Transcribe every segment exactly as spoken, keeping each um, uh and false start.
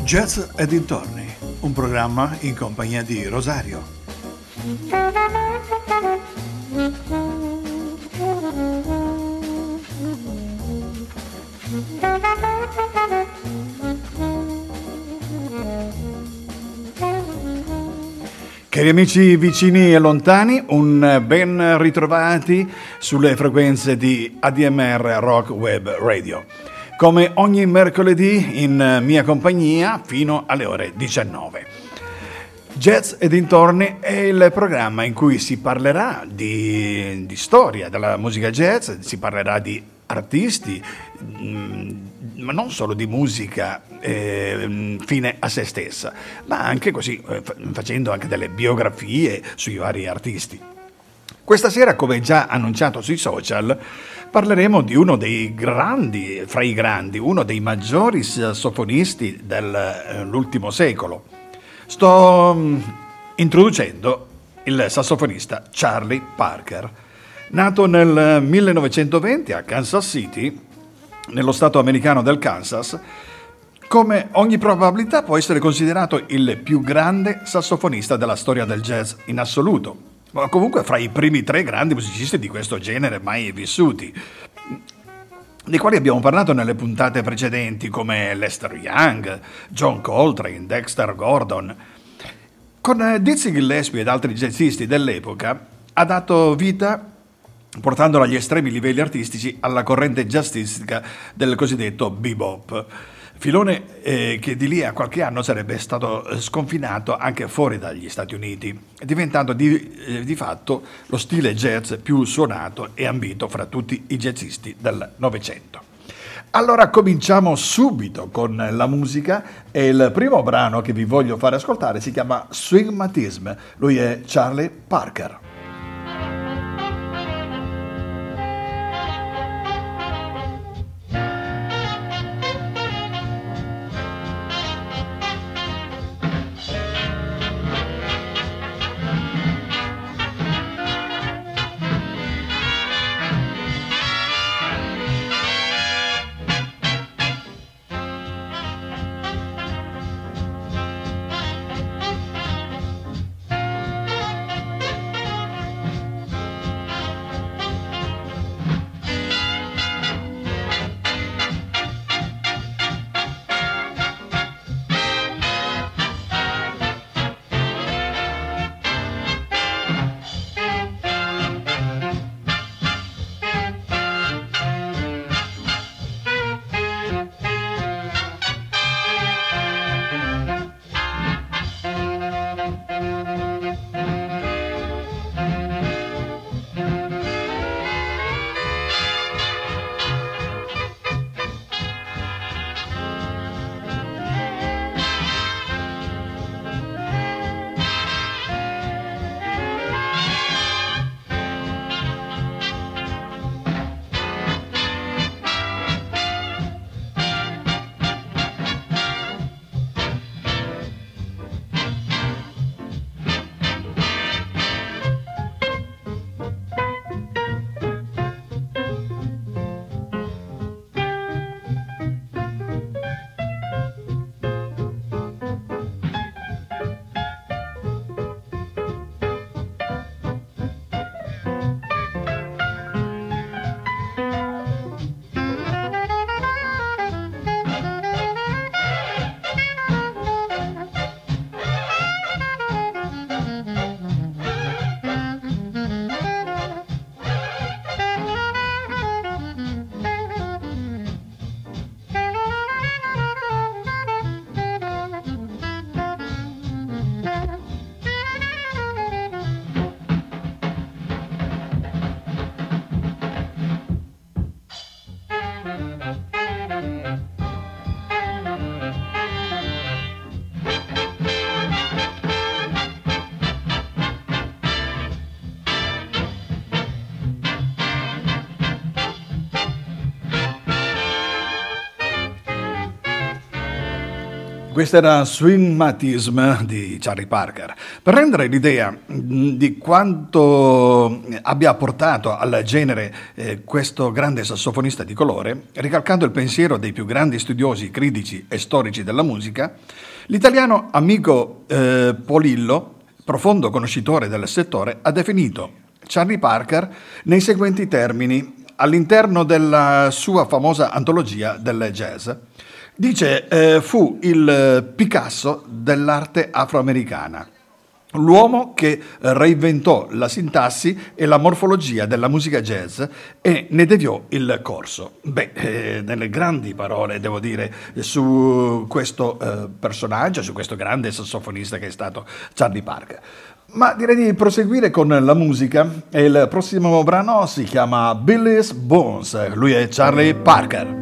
Jazz e dintorni, un programma in compagnia di Rosario. Cari amici vicini e lontani, un ben ritrovati sulle frequenze di A D M R Rock Web Radio. Come ogni mercoledì in mia compagnia fino alle ore diciannove. Jazz e dintorni è il programma in cui si parlerà di, di storia della musica jazz, si parlerà di artisti, ma non solo di musica eh, fine a se stessa, ma anche così eh, facendo anche delle biografie sui vari artisti. Questa sera, come già annunciato sui social, parleremo di uno dei grandi, fra i grandi, uno dei maggiori sassofonisti dell'ultimo secolo. Sto um, introducendo il sassofonista Charlie Parker, nato nel millenovecentoventi a Kansas City, nello stato americano del Kansas. Come ogni probabilità può essere considerato il più grande sassofonista della storia del jazz in assoluto, ma comunque fra i primi tre grandi musicisti di questo genere mai vissuti, dei quali abbiamo parlato nelle puntate precedenti, come Lester Young, John Coltrane, Dexter Gordon. Con Dizzy Gillespie ed altri jazzisti dell'epoca ha dato vita, portandolo agli estremi livelli artistici, alla corrente jazzistica del cosiddetto bebop, filone eh, che di lì a qualche anno sarebbe stato sconfinato anche fuori dagli Stati Uniti, diventando di, eh, di fatto lo stile jazz più suonato e ambito fra tutti i jazzisti del Novecento. Allora cominciamo subito con la musica e il primo brano che vi voglio fare ascoltare si chiama Swingmatism. Lui è Charlie Parker. Questo era Swingmatism di Charlie Parker. Per rendere l'idea di quanto abbia portato al genere eh, questo grande sassofonista di colore, ricalcando il pensiero dei più grandi studiosi, critici e storici della musica, l'italiano amico eh, Polillo, profondo conoscitore del settore, ha definito Charlie Parker nei seguenti termini all'interno della sua famosa antologia del jazz. Dice, eh, fu il Picasso dell'arte afroamericana, l'uomo che reinventò la sintassi e la morfologia della musica jazz e ne deviò il corso. Beh, eh, nelle grandi parole, devo dire, su questo eh, personaggio, su questo grande sassofonista che è stato Charlie Parker. Ma direi di proseguire con la musica e il prossimo brano si chiama Billy's Bones, lui è Charlie Parker.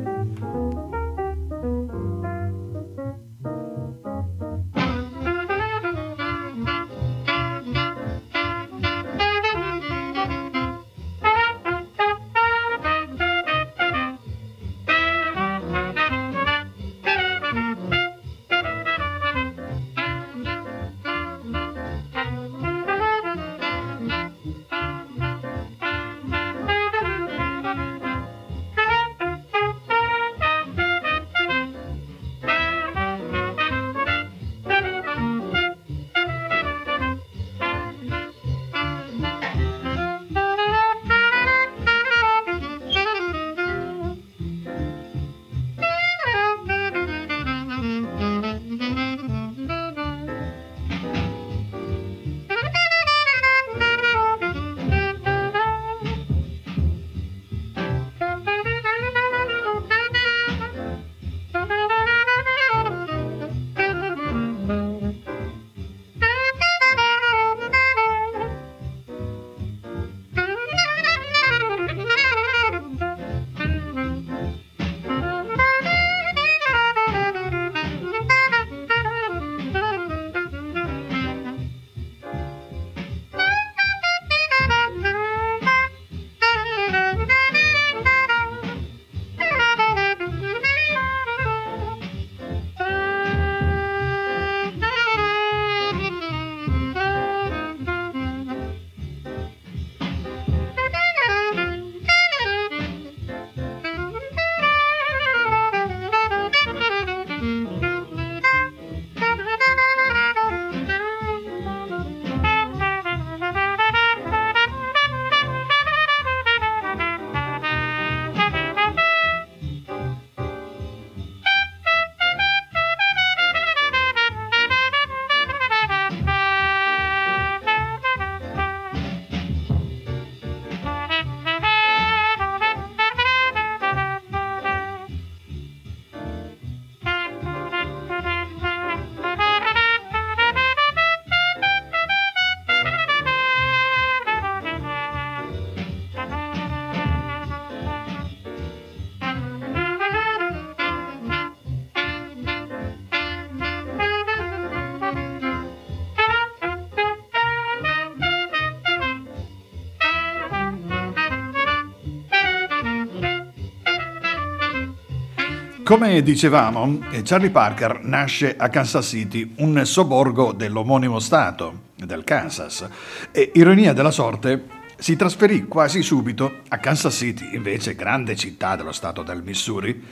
Come dicevamo, Charlie Parker nasce a Kansas City, un sobborgo dell'omonimo stato, del Kansas, e, ironia della sorte, si trasferì quasi subito a Kansas City, invece grande città dello stato del Missouri.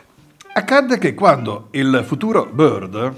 Accadde che quando il futuro Bird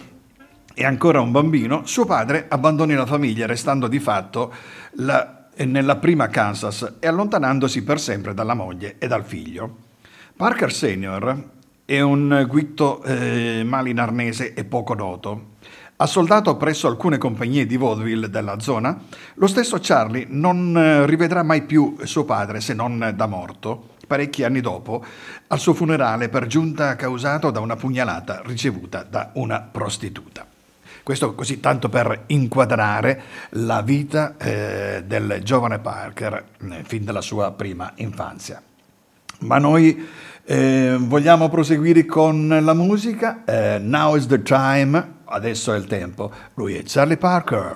è ancora un bambino, suo padre abbandoni la famiglia, restando di fatto la, nella prima Kansas e allontanandosi per sempre dalla moglie e dal figlio. Parker Senior è un guitto eh, malinarnese e poco noto. Ha soldato presso alcune compagnie di vaudeville della zona. Lo stesso Charlie non eh, rivedrà mai più suo padre se non da morto, parecchi anni dopo, al suo funerale per giunta causato da una pugnalata ricevuta da una prostituta. Questo così tanto per inquadrare la vita eh, del giovane Parker eh, fin dalla sua prima infanzia. Ma noi eh, vogliamo proseguire con la musica. Eh, now is the time, adesso è il tempo. Lui è Charlie Parker.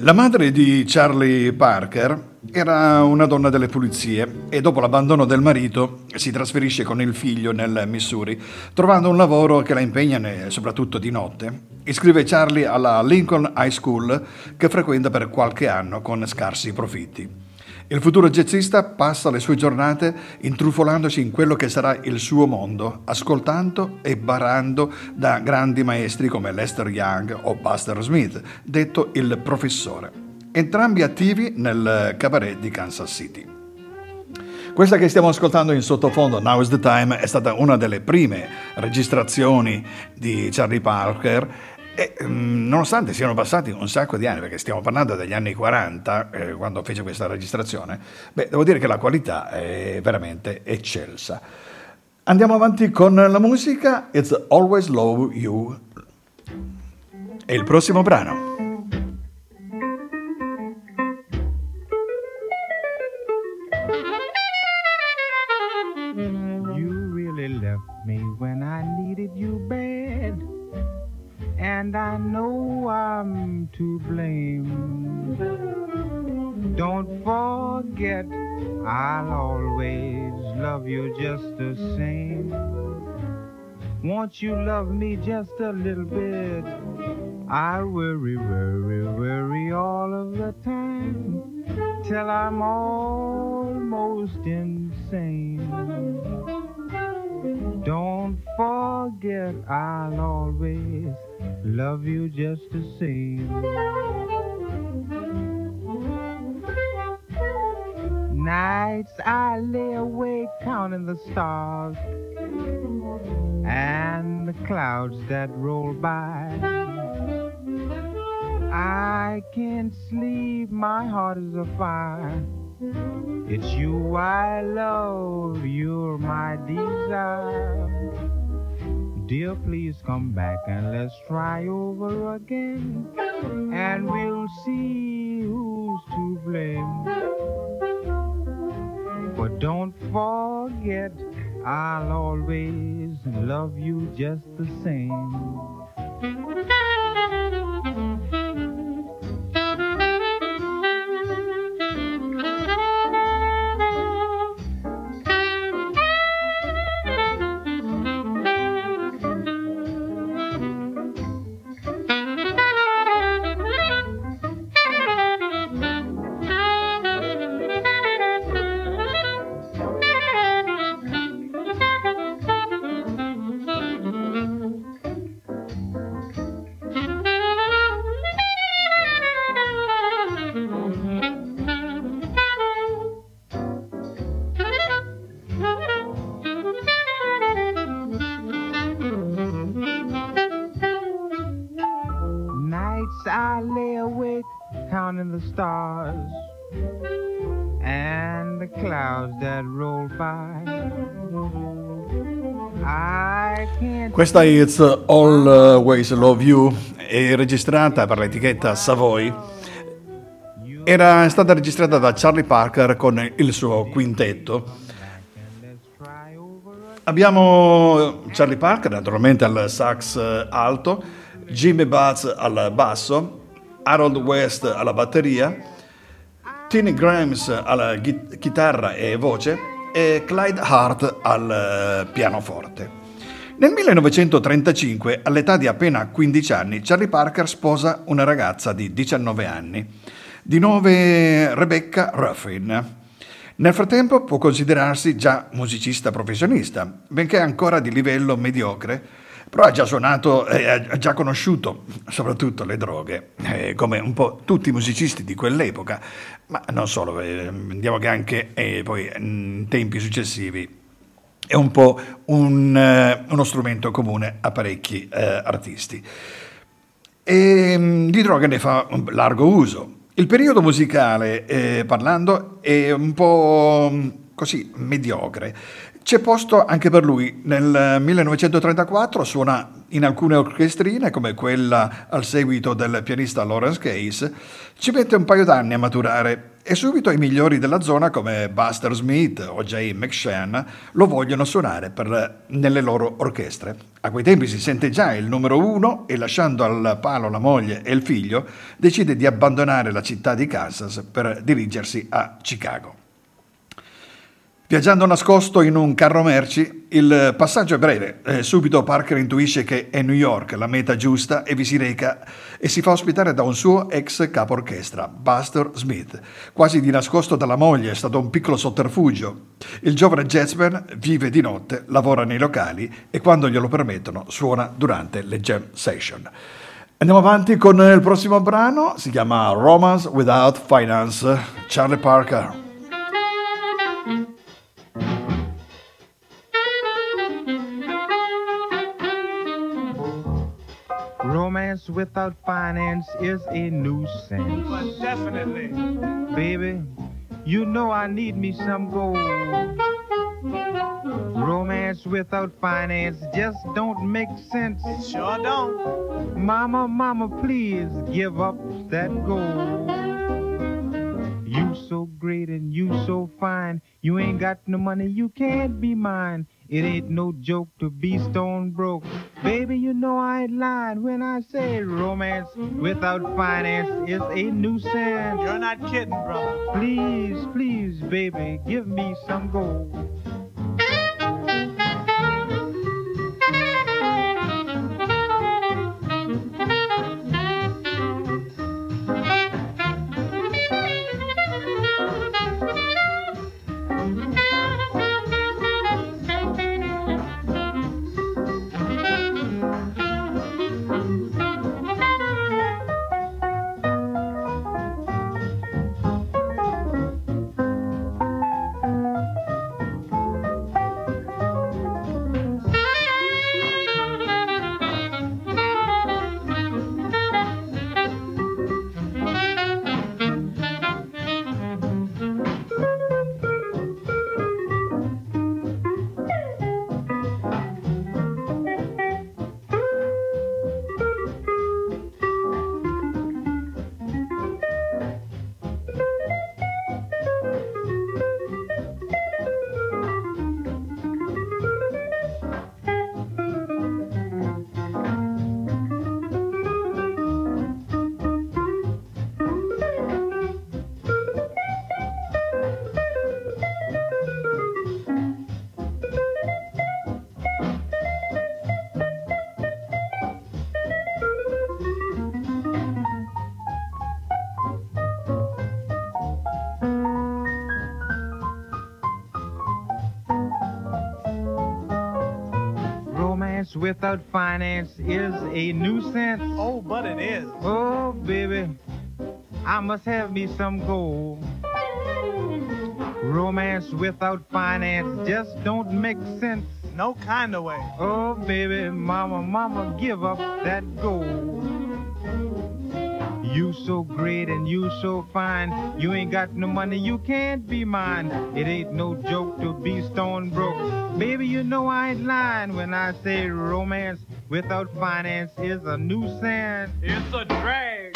La madre di Charlie Parker era una donna delle pulizie e dopo l'abbandono del marito si trasferisce con il figlio nel Missouri, trovando un lavoro che la impegna soprattutto di notte. Iscrive Charlie alla Lincoln High School, che frequenta per qualche anno con scarsi profitti. Il futuro jazzista passa le sue giornate intrufolandosi in quello che sarà il suo mondo, ascoltando e barando da grandi maestri come Lester Young o Buster Smith, detto il professore, entrambi attivi nel cabaret di Kansas City. Questa che stiamo ascoltando in sottofondo, Now is the Time, è stata una delle prime registrazioni di Charlie Parker. E nonostante siano passati un sacco di anni, perché stiamo parlando degli anni quaranta, eh, quando fece questa registrazione, beh, devo dire che la qualità è veramente eccelsa. Andiamo avanti con la musica, It's Always Love You. E il prossimo brano. You really left me when I needed you bad. And I know I'm to blame. Don't forget, I'll always love you just the same. Won't you love me just a little bit? I worry, worry, worry all of the time, till I'm almost insane. Don't forget, I'll always love you just the same. Nights I lay awake counting the stars and the clouds that roll by. I can't sleep, my heart is afire. It's you I love, you're my desire. Dear, please come back and let's try over again, and we'll see who's to blame. But don't forget, I'll always love you just the same. I lay awake counting the stars and the clouds that roll by. I can't. Questa è It's Always Love You, è registrata per l'etichetta Savoy. Era stata registrata da Charlie Parker con il suo quintetto. Abbiamo Charlie Parker naturalmente al sax alto, Jimmy Butts al basso, Harold West alla batteria, Tiny Grimes alla ghi- chitarra e voce e Clyde Hart al pianoforte. Nel millenovecentotrentacinque, all'età di appena quindici anni, Charlie Parker sposa una ragazza di diciannove anni, di nome Rebecca Ruffin. Nel frattempo può considerarsi già musicista professionista, benché ancora di livello mediocre, però ha già suonato e ha già conosciuto soprattutto le droghe, eh, come un po' tutti i musicisti di quell'epoca, ma non solo, eh, vediamo che anche eh, poi in tempi successivi è un po' un, eh, uno strumento comune a parecchi eh, artisti. E mh, di droghe ne fa un largo uso. Il periodo musicale, eh, parlando, è un po' così mediocre. C'è posto anche per lui. Nel millenovecentotrentaquattro suona In alcune orchestrine, come quella al seguito del pianista Lawrence Case, ci mette un paio d'anni a maturare e subito i migliori della zona come Buster Smith o Jay McShann lo vogliono suonare per, nelle loro orchestre. A quei tempi si sente già il numero uno e, lasciando al palo la moglie e il figlio, decide di abbandonare la città di Kansas per dirigersi a Chicago. Viaggiando nascosto in un carro merci, il passaggio è breve. Eh, subito Parker intuisce che è New York la meta giusta e vi si reca e si fa ospitare da un suo ex capo orchestra, Buster Smith. Quasi di nascosto dalla moglie, è stato un piccolo sotterfugio. Il giovane jazzman vive di notte, lavora nei locali e quando glielo permettono suona durante le jam session. Andiamo avanti con il prossimo brano, si chiama Romance Without Finance, Charlie Parker. Romance without finance is a nuisance. But definitely. Baby, you know I need me some gold. Romance without finance just don't make sense. It sure don't. Mama, mama, please give up that gold. You so great and you so fine. You ain't got no money, you can't be mine. It ain't no joke to be stone broke. Baby, you know I ain't lying when I say romance without finance is a nuisance. You're not kidding, brother. Please, please, baby, give me some gold. Without finance is a nuisance. Oh, but it is. Oh, baby, I must have me some gold. Romance without finance just don't make sense. No kind of way. Oh, baby, mama, mama, give up that gold. You so great and you so fine. You ain't got no money, you can't be mine. It ain't no joke to be stone broke. Baby, you know I ain't lying when I say romance without finance is a nuisance. It's a drag.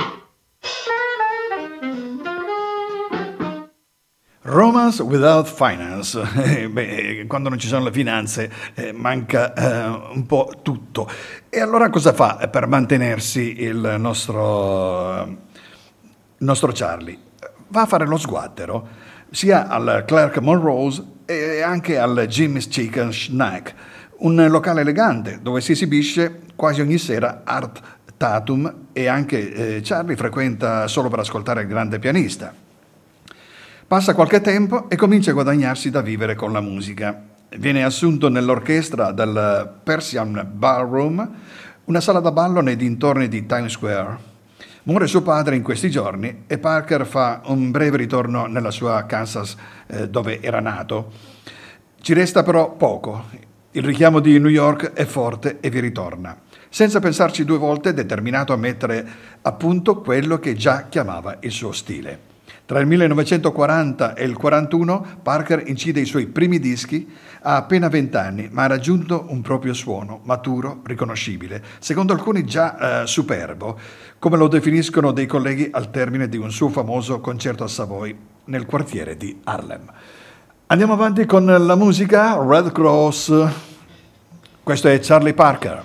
Romance without finance. Eh, beh, quando non ci sono le finanze eh, manca eh, un po' tutto. E allora cosa fa per mantenersi il nostro, il nostro Charlie? Va a fare lo sguattero, sia al Clark Monroe's e anche al Jimmy's Chicken Snack, un locale elegante dove si esibisce quasi ogni sera Art Tatum e anche eh, Charlie frequenta solo per ascoltare il grande pianista. Passa qualche tempo e comincia a guadagnarsi da vivere con la musica. Viene assunto nell'orchestra del Persian Ballroom, una sala da ballo nei dintorni di Times Square. Muore suo padre in questi giorni e Parker fa un breve ritorno nella sua Kansas eh, dove era nato. Ci resta però poco. Il richiamo di New York è forte e vi ritorna. Senza pensarci due volte, determinato a mettere a punto quello che già chiamava il suo stile. Tra il millenovecentoquaranta e il quarantuno Parker incide i suoi primi dischi, ha appena vent'anni, ma ha raggiunto un proprio suono, maturo, riconoscibile, secondo alcuni già eh, superbo, come lo definiscono dei colleghi al termine di un suo famoso concerto a Savoy, nel quartiere di Harlem. Andiamo avanti con la musica, Red Cross, questo è Charlie Parker.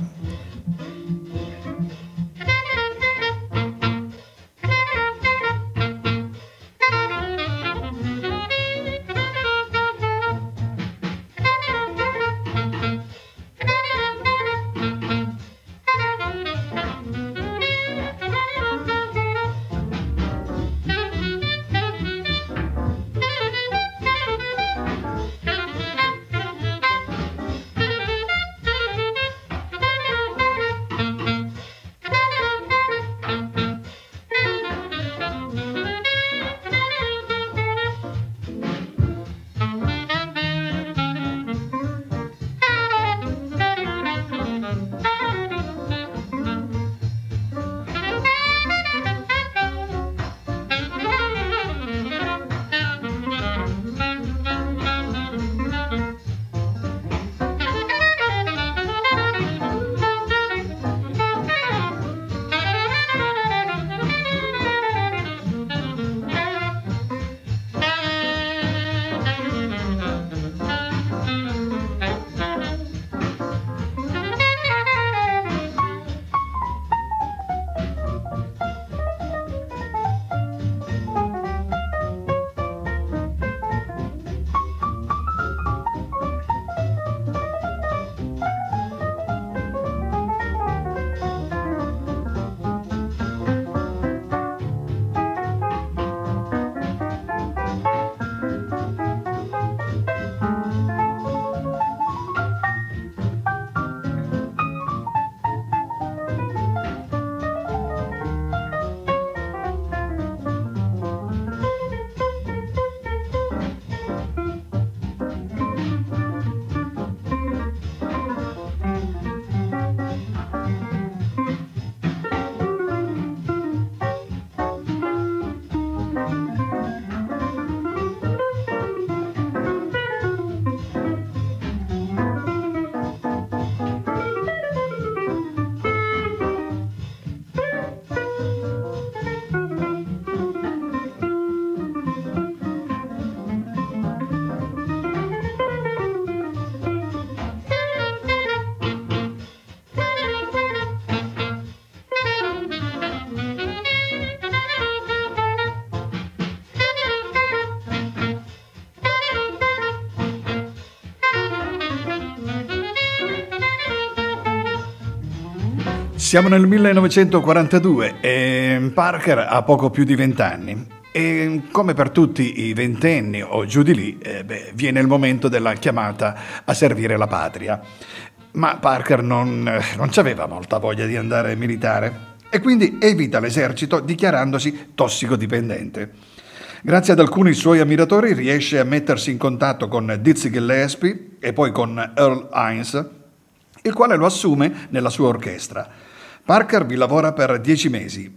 Siamo nel millenovecentoquarantadue e Parker ha poco più di vent'anni e come per tutti i ventenni o giù di lì eh, beh, viene il momento della chiamata a servire la patria. Ma Parker non, non c'aveva molta voglia di andare militare e quindi evita l'esercito dichiarandosi tossicodipendente. Grazie ad alcuni suoi ammiratori riesce a mettersi in contatto con Dizzy Gillespie e poi con Earl Hines, il quale lo assume nella sua orchestra. Parker vi lavora per dieci mesi,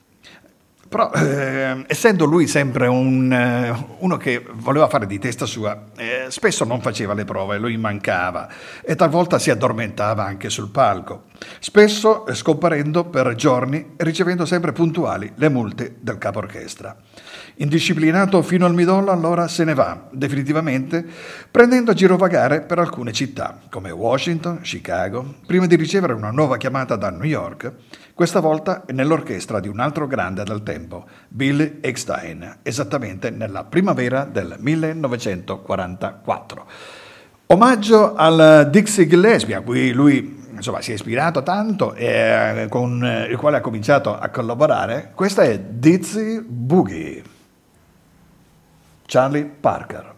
però eh, essendo lui sempre un, eh, uno che voleva fare di testa sua, eh, spesso non faceva le prove, lui mancava e talvolta si addormentava anche sul palco, spesso scomparendo per giorni e ricevendo sempre puntuali le multe del capo orchestra. Indisciplinato fino al midollo, allora se ne va definitivamente, prendendo a girovagare per alcune città, come Washington, Chicago, prima di ricevere una nuova chiamata da New York, questa volta nell'orchestra di un altro grande del tempo, Billy Eckstine, esattamente nella primavera del millenovecentoquarantaquattro. Omaggio al Dizzy Gillespie, a cui lui insomma si è ispirato tanto e con il quale ha cominciato a collaborare. Questa è Dizzy Boogie, Charlie Parker.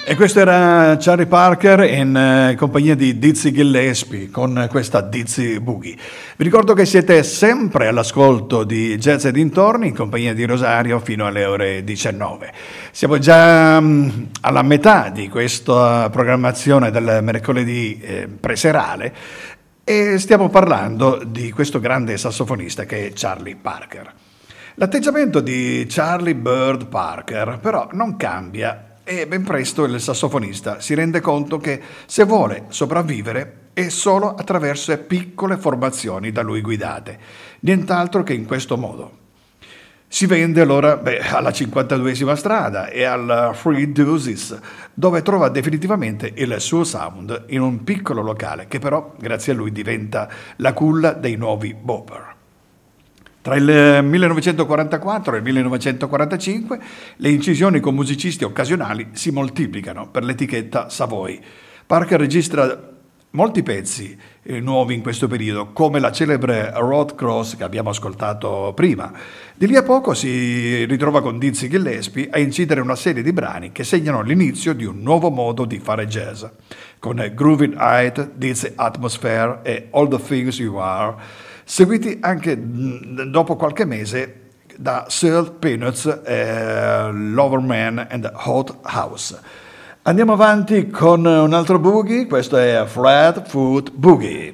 E questo era Charlie Parker in eh, compagnia di Dizzy Gillespie con questa Dizzy Boogie. Vi ricordo che siete sempre all'ascolto di Jazz e dintorni in compagnia di Rosario fino alle ore diciannove. Siamo già mh, alla metà di questa programmazione del mercoledì eh, preserale e stiamo parlando di questo grande sassofonista che è Charlie Parker. L'atteggiamento di Charlie Bird Parker però non cambia. E ben presto il sassofonista si rende conto che se vuole sopravvivere è solo attraverso piccole formazioni da lui guidate, nient'altro che in questo modo. Si vende allora beh, alla cinquantaduesima strada e al Free Deuces, dove trova definitivamente il suo sound in un piccolo locale che però, grazie a lui, diventa la culla dei nuovi bopper. Tra il millenovecentoquarantaquattro e il millenovecentoquarantacinque le incisioni con musicisti occasionali si moltiplicano per l'etichetta Savoy. Parker registra molti pezzi eh, nuovi in questo periodo, come la celebre Road Cross che abbiamo ascoltato prima. Di lì a poco si ritrova con Dizzy Gillespie a incidere una serie di brani che segnano l'inizio di un nuovo modo di fare jazz, con Groovin' Height, Dizzy Atmosphere e All the Things You Are, seguiti anche dopo qualche mese da Sealed Peanuts, eh, Loverman and Hot House. Andiamo avanti con un altro boogie, questo è Flatfoot Boogie.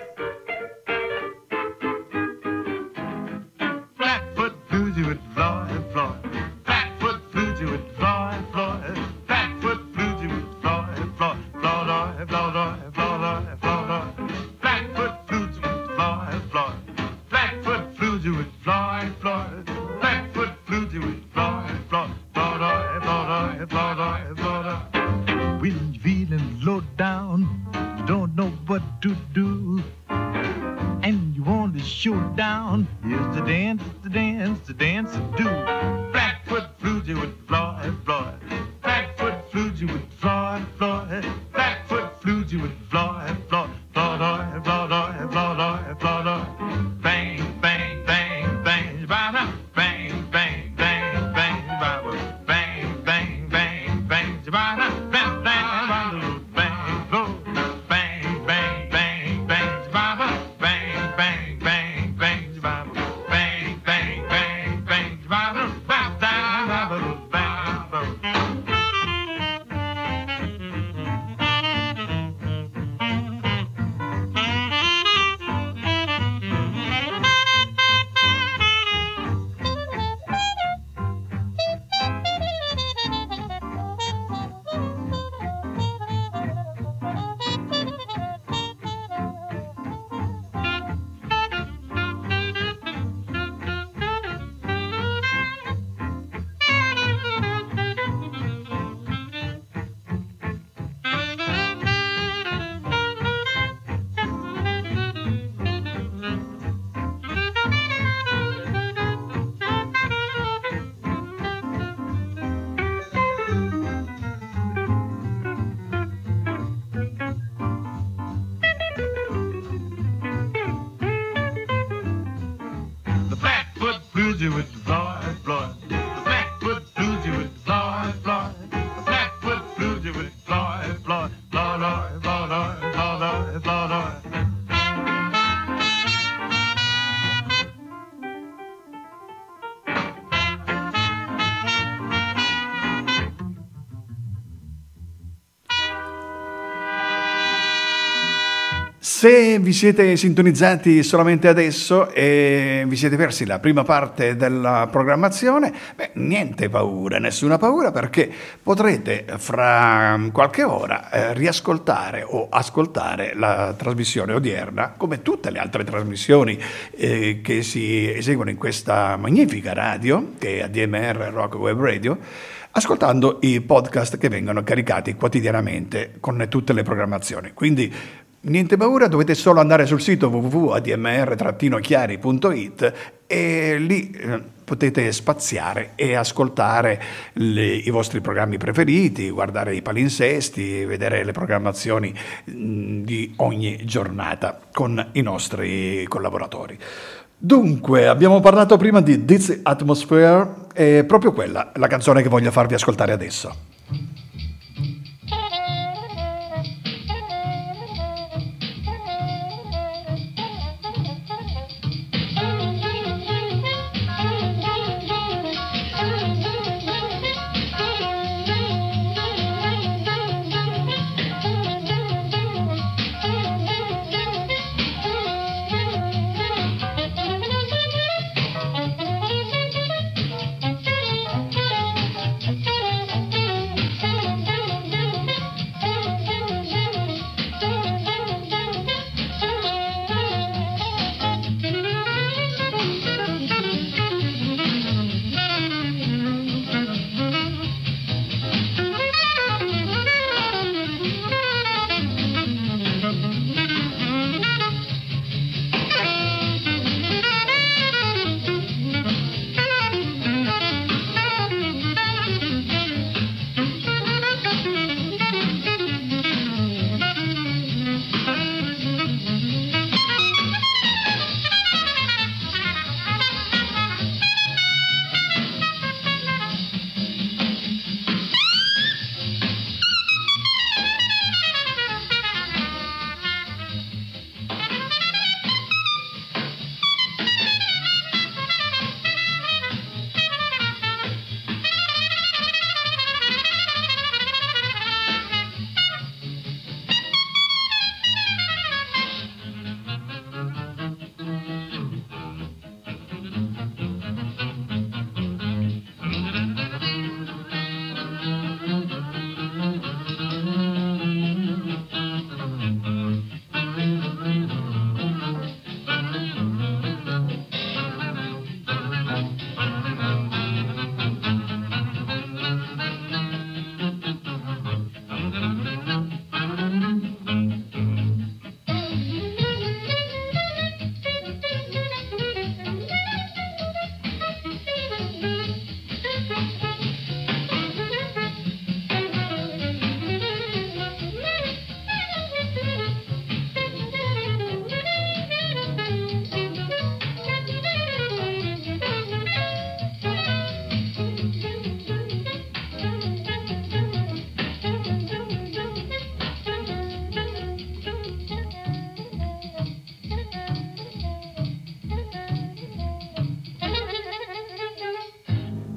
Flatfoot bluesy with Floyd, Floyd. Flatfoot bluesy with Floyd, Floyd. Flatfoot bluesy with Floyd, Floyd. Floyd, Floyd, Floyd, Floyd, Floyd. Flatfoot bluesy with Floyd, Floyd. Flatfoot bluesy with Floyd, Floyd. Flatfoot bluesy with Floyd, Floyd. Floyd, Floyd, Floyd, Floyd. When you're feeling low down, you don't know what to do, and you want to show down, here's the dance, the dance, the dance to do. Flatfoot bluesy with Floyd, Floyd. Flatfoot bluesy with Floyd, Floyd. Flatfoot bluesy with Floyd, Floyd. Floyd, Floyd, Floyd, Floyd. Bang, bang, bang, bang, bang, bang, bang, bang, bang, bang, bang, bang, bang, bang, bang, bang, bang. Bluesy with Floyd, Floyd. The Blackfoot bluesy with Floyd, Floyd. The Blackfoot bluesy with Floyd, Floyd. Floyd, Floyd, Floyd, Floyd, Floyd, Floyd. Se vi siete sintonizzati solamente adesso e vi siete persi la prima parte della programmazione, beh, niente paura, nessuna paura, perché potrete fra qualche ora eh, riascoltare o ascoltare la trasmissione odierna, come tutte le altre trasmissioni eh, che si eseguono in questa magnifica radio, che è A D M R Rock Web Radio, ascoltando i podcast che vengono caricati quotidianamente con tutte le programmazioni. Quindi niente paura, dovete solo andare sul sito w w w punto a d m r chiari punto i t e lì eh, potete spaziare e ascoltare le, i vostri programmi preferiti, guardare i palinsesti, vedere le programmazioni mh, di ogni giornata con i nostri collaboratori. Dunque, abbiamo parlato prima di Dizzy Atmosphere, è proprio quella la canzone che voglio farvi ascoltare adesso.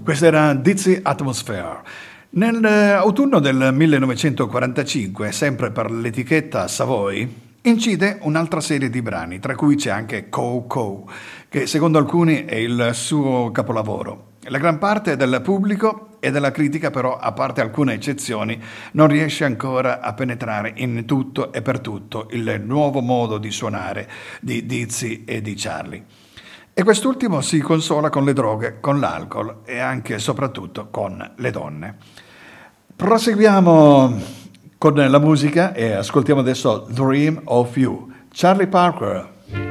Questa era Dizzy Atmosphere. Nell'autunno del millenovecentoquarantacinque, sempre per l'etichetta Savoy, incide un'altra serie di brani, tra cui c'è anche Cow Cow, che secondo alcuni è il suo capolavoro. La gran parte del pubblico e della critica, però, a parte alcune eccezioni, non riesce ancora a penetrare in tutto e per tutto il nuovo modo di suonare di Dizzy e di Charlie. E quest'ultimo si consola con le droghe, con l'alcol e anche e soprattutto con le donne. Proseguiamo con la musica e ascoltiamo adesso Dream of You, Charlie Parker.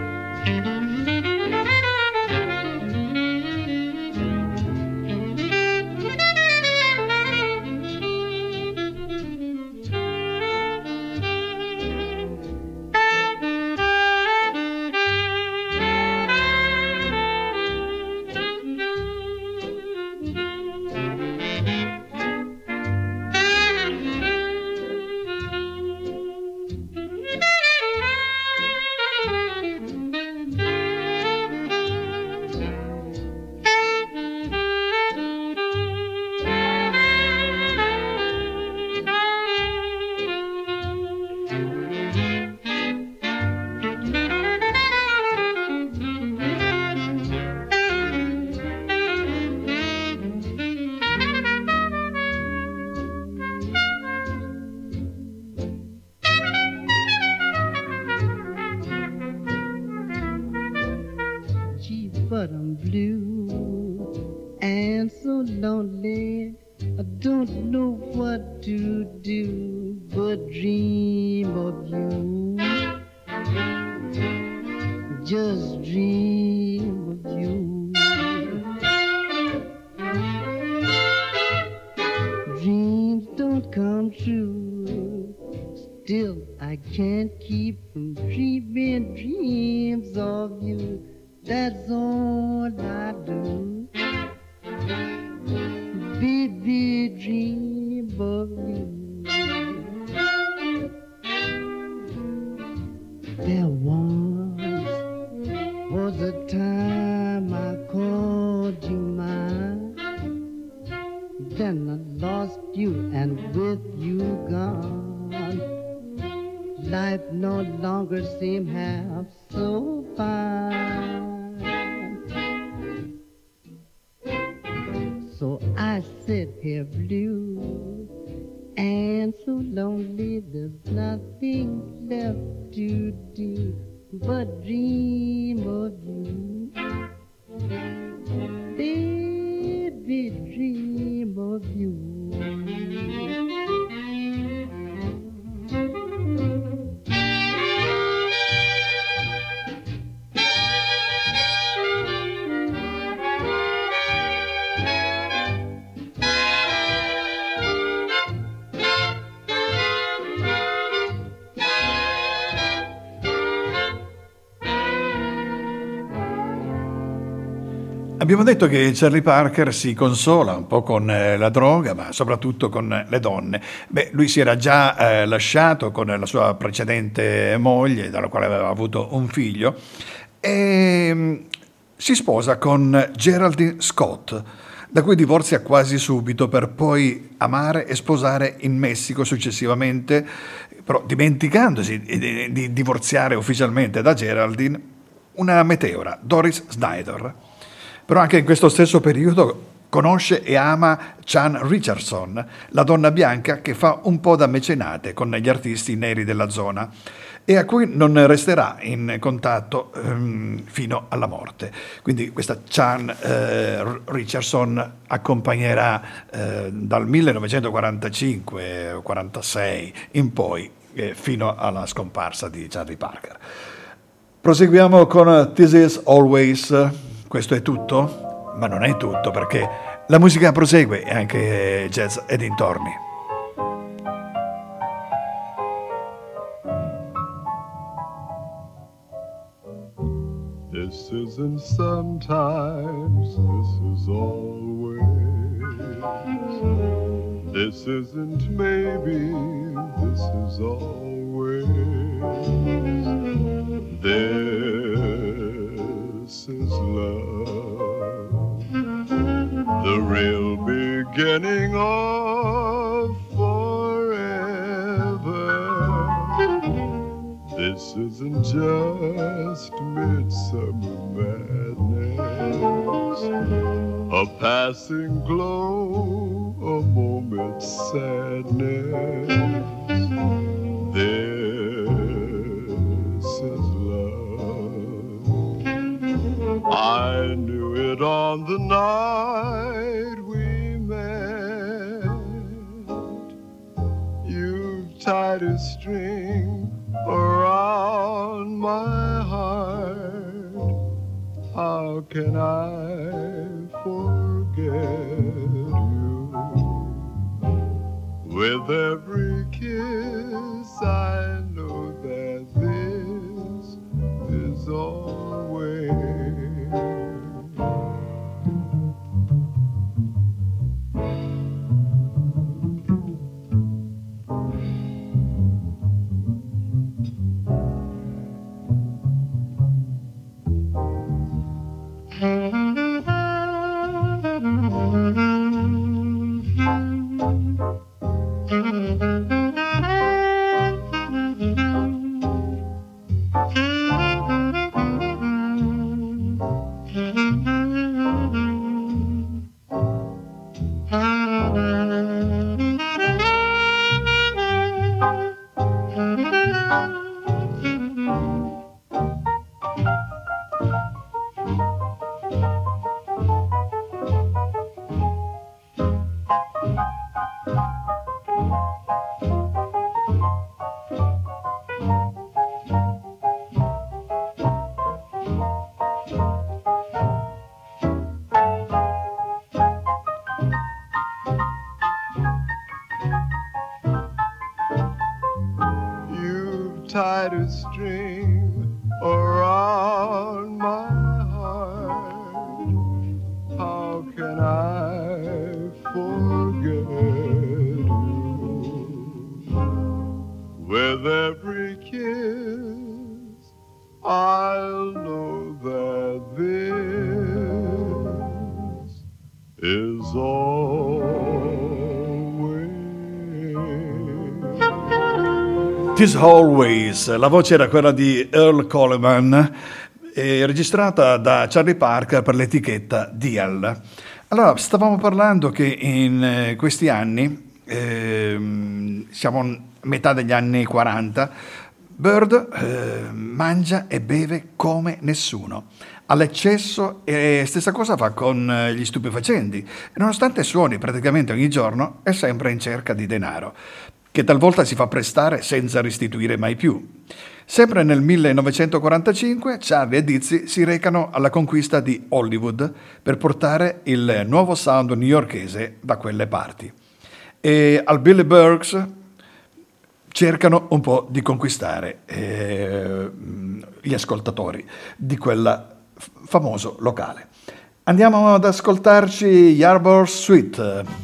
but I'm blue and so lonely. I don't know what to do but dream of you. Just dream of you. Dreams don't come true. Still I can't keep from dreaming dreams of you. That's all I do. Baby, dream of you. There once was a time I called you mine. Then I lost you and with you gone. Life no longer seemed half so fine. So I sit here blue and so lonely, there's nothing left to do but dream of you. Baby, dream of you. Abbiamo detto che Charlie Parker si consola un po' con eh, la droga, ma soprattutto con le donne. Beh, lui si era già eh, lasciato con la sua precedente moglie, dalla quale aveva avuto un figlio, e mh, si sposa con Geraldine Scott, da cui divorzia quasi subito per poi amare e sposare in Messico successivamente, però dimenticandosi di, di divorziare ufficialmente da Geraldine una meteora, Doris Snyder. Però anche in questo stesso periodo conosce e ama Chan Richardson, la donna bianca che fa un po' da mecenate con gli artisti neri della zona e a cui non resterà in contatto ehm, fino alla morte. Quindi questa Chan eh, Richardson accompagnerà eh, dal millenovecentoquarantacinque quarantasei in poi eh, fino alla scomparsa di Charlie Parker. Proseguiamo con This Is Always. Questo è tutto? Ma non è tutto, perché la musica prosegue e anche jazz e dintorni. This isn't sometimes, this is always. This isn't maybe, this is always. This is love. the real beginning of forever. This isn't just midsummer madness, a passing glow, a moment's sadness. This is love. I knew it on the night we met. You've tied a string around my heart. How can I forget you? With every kiss I know that this is always. Tied a string around my heart. How can I forget you? With every kiss I'll know that this is always. Tis Always, la voce era quella di Earl Coleman, eh, registrata da Charlie Parker per l'etichetta D L. Allora, stavamo parlando che in eh, questi anni, eh, siamo a metà degli anni quaranta, Bird eh, mangia e beve come nessuno, all'eccesso, e stessa cosa fa con eh, gli stupefacenti. E nonostante suoni praticamente ogni giorno, è sempre in cerca di denaro, che talvolta si fa prestare senza restituire mai più. Sempre nel millenovecentoquarantacinque Charlie e Dizzy si recano alla conquista di Hollywood per portare il nuovo sound newyorkese da quelle parti. E al Billy Burks cercano un po' di conquistare eh, gli ascoltatori di quel famoso locale. Andiamo ad ascoltarci Yarborough Suite.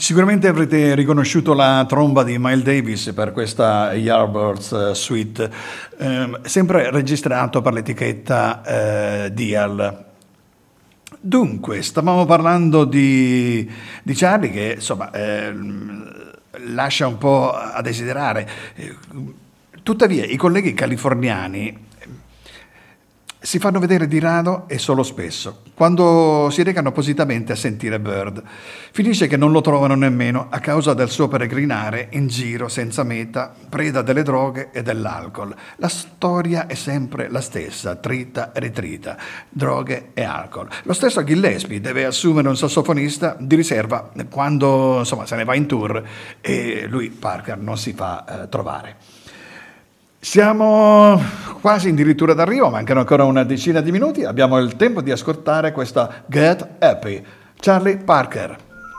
Sicuramente avrete riconosciuto la tromba di Miles Davis per questa Yardbirds Suite, eh, sempre registrato per l'etichetta eh, Dial. Dunque, stavamo parlando di, di Charlie che insomma eh, lascia un po' a desiderare. Tuttavia i colleghi californiani si fanno vedere di rado e solo spesso. Quando si recano appositamente a sentire Bird, finisce che non lo trovano nemmeno a causa del suo peregrinare in giro senza meta, preda delle droghe e dell'alcol. La storia è sempre la stessa, trita e ritrita, droghe e alcol. Lo stesso Gillespie deve assumere un sassofonista di riserva quando insomma se ne va in tour e lui, Parker, non si fa eh, trovare. Siamo quasi addirittura d'arrivo, mancano ancora una decina di minuti, abbiamo il tempo di ascoltare questa Get Happy, Charlie Parker.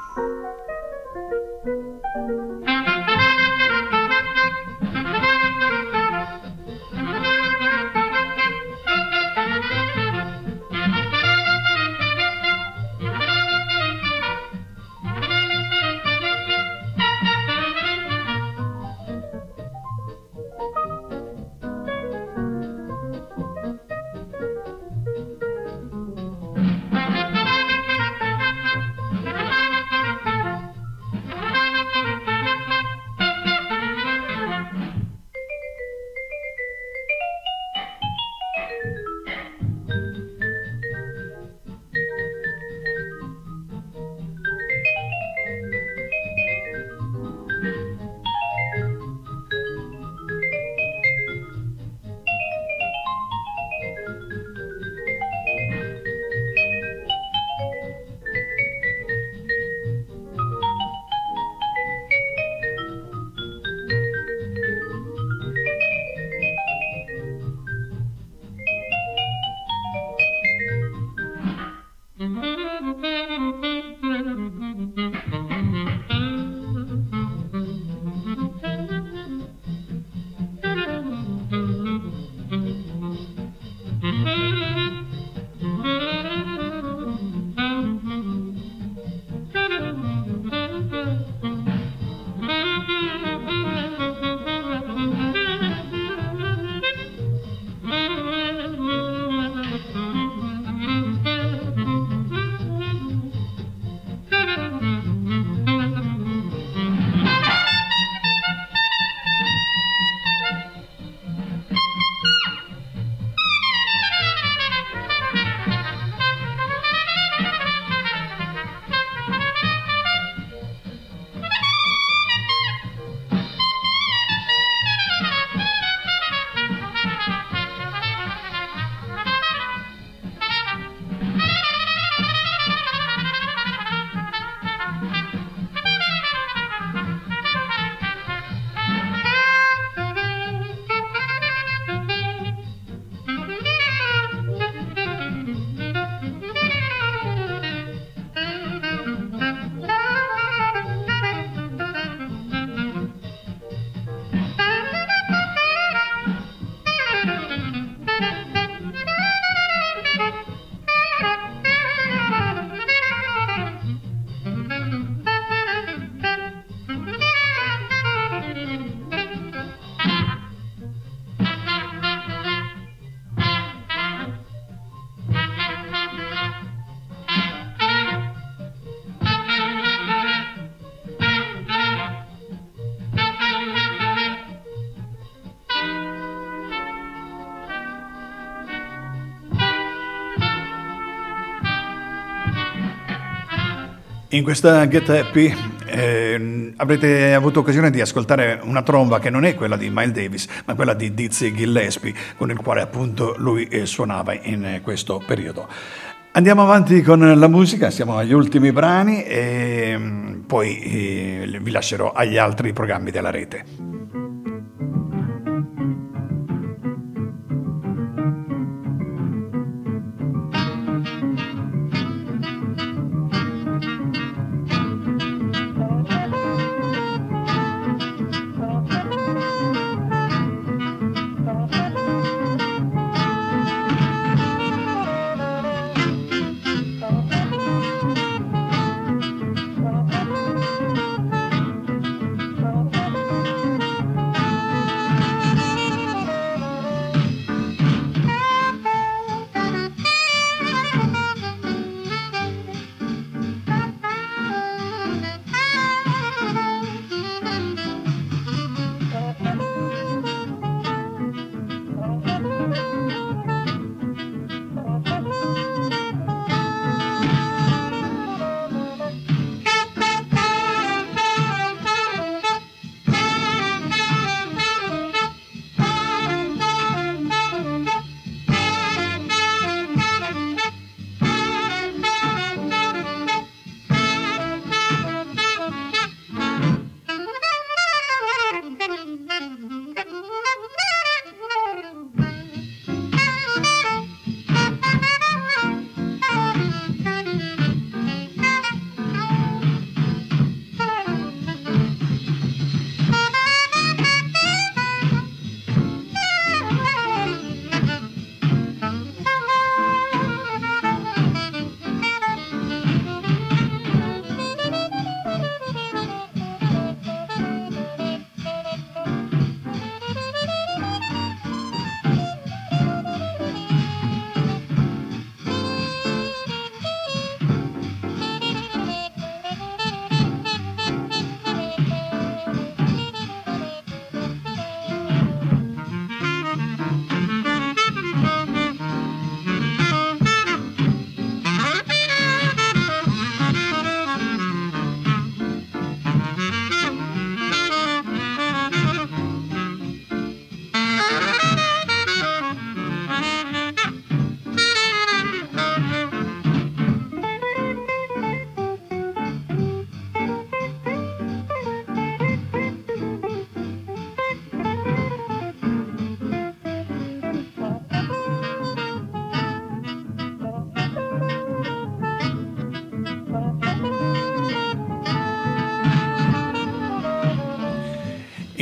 In questa Get Happy eh, avrete avuto occasione di ascoltare una tromba che non è quella di Miles Davis, ma quella di Dizzy Gillespie, con il quale appunto lui eh, suonava in questo periodo. Andiamo avanti con la musica, siamo agli ultimi brani e poi eh, vi lascerò agli altri programmi della rete.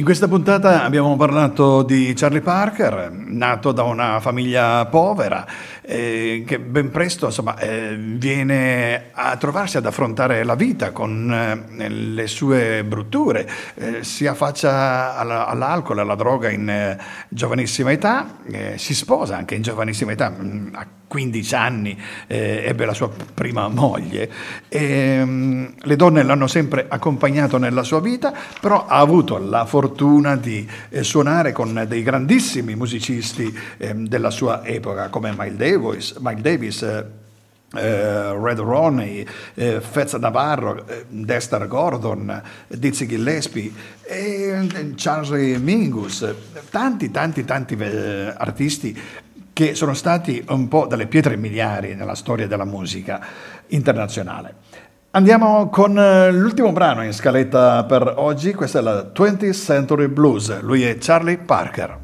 In questa puntata abbiamo parlato di Charlie Parker, nato da una famiglia povera, eh, che ben presto insomma, eh, viene a trovarsi ad affrontare la vita con eh, le sue brutture, eh, si affaccia alla, all'alcol, alla droga in eh, giovanissima età, eh, si sposa anche in giovanissima età, mh, a quindici anni eh, ebbe la sua prima moglie e mh, le donne l'hanno sempre accompagnato nella sua vita, però ha avuto la fortuna di eh, suonare con dei grandissimi musicisti eh, della sua epoca come Miles Davis, Miles Davis eh, eh, Red Roney, eh, Fats Navarro, eh, Dexter Gordon, Dizzy Gillespie, eh, Charlie Mingus, tanti tanti tanti eh, artisti che sono stati un po' delle pietre miliari nella storia della musica internazionale. Andiamo con l'ultimo brano in scaletta per oggi, questa è la twentieth Century Blues, lui è Charlie Parker.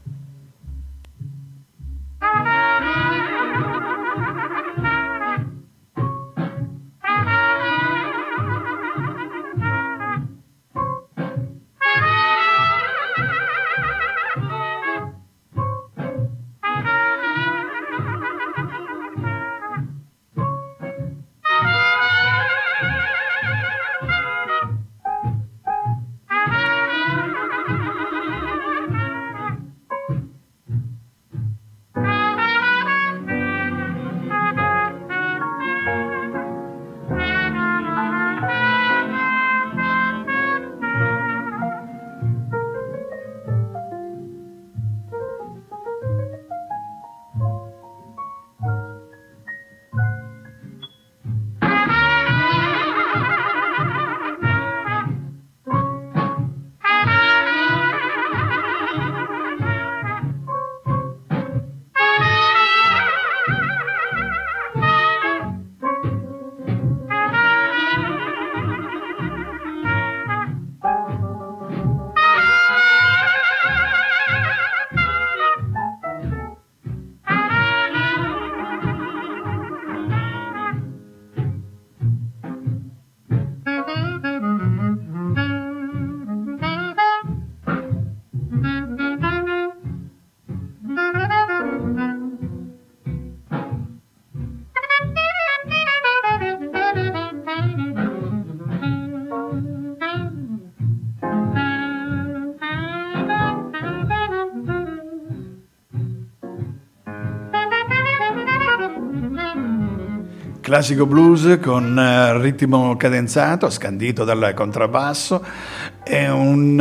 Classico blues con uh, ritmo cadenzato, scandito dal contrabbasso, e un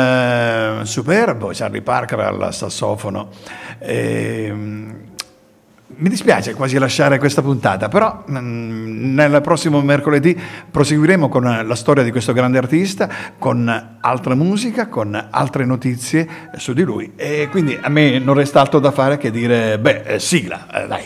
uh, superbo Charlie Parker al sassofono. E, mi dispiace quasi lasciare questa puntata, però mh, nel prossimo mercoledì proseguiremo con la storia di questo grande artista, con altra musica, con altre notizie su di lui, e quindi a me non resta altro da fare che dire, beh, eh, sigla, eh, dai.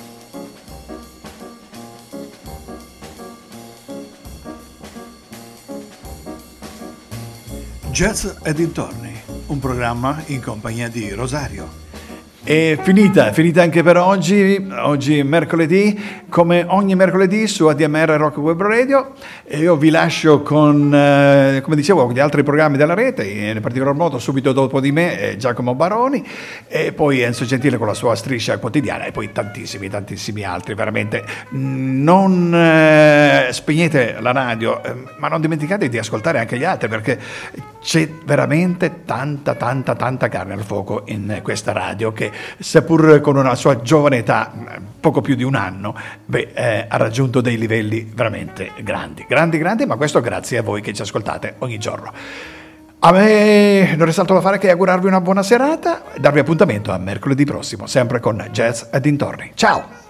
Jazz e dintorni, un programma in compagnia di Rosario. È finita, è finita anche per oggi, oggi è mercoledì, come ogni mercoledì su A D M R Rock Web Radio, e io vi lascio con, eh, come dicevo, gli altri programmi della rete, in particolar modo subito dopo di me eh, Giacomo Baroni, e poi Enzo Gentile con la sua striscia quotidiana, e poi tantissimi, tantissimi altri, veramente. Non eh, spegnete la radio, eh, ma non dimenticate di ascoltare anche gli altri, perché c'è veramente tanta, tanta, tanta carne al fuoco in questa radio che, seppur con una sua giovane età, poco più di un anno, beh, eh, ha raggiunto dei livelli veramente grandi, grandi, grandi, ma questo grazie a voi che ci ascoltate ogni giorno. A me non resta altro da fare che augurarvi una buona serata e darvi appuntamento a mercoledì prossimo, sempre con Jazz e dintorni. Ciao!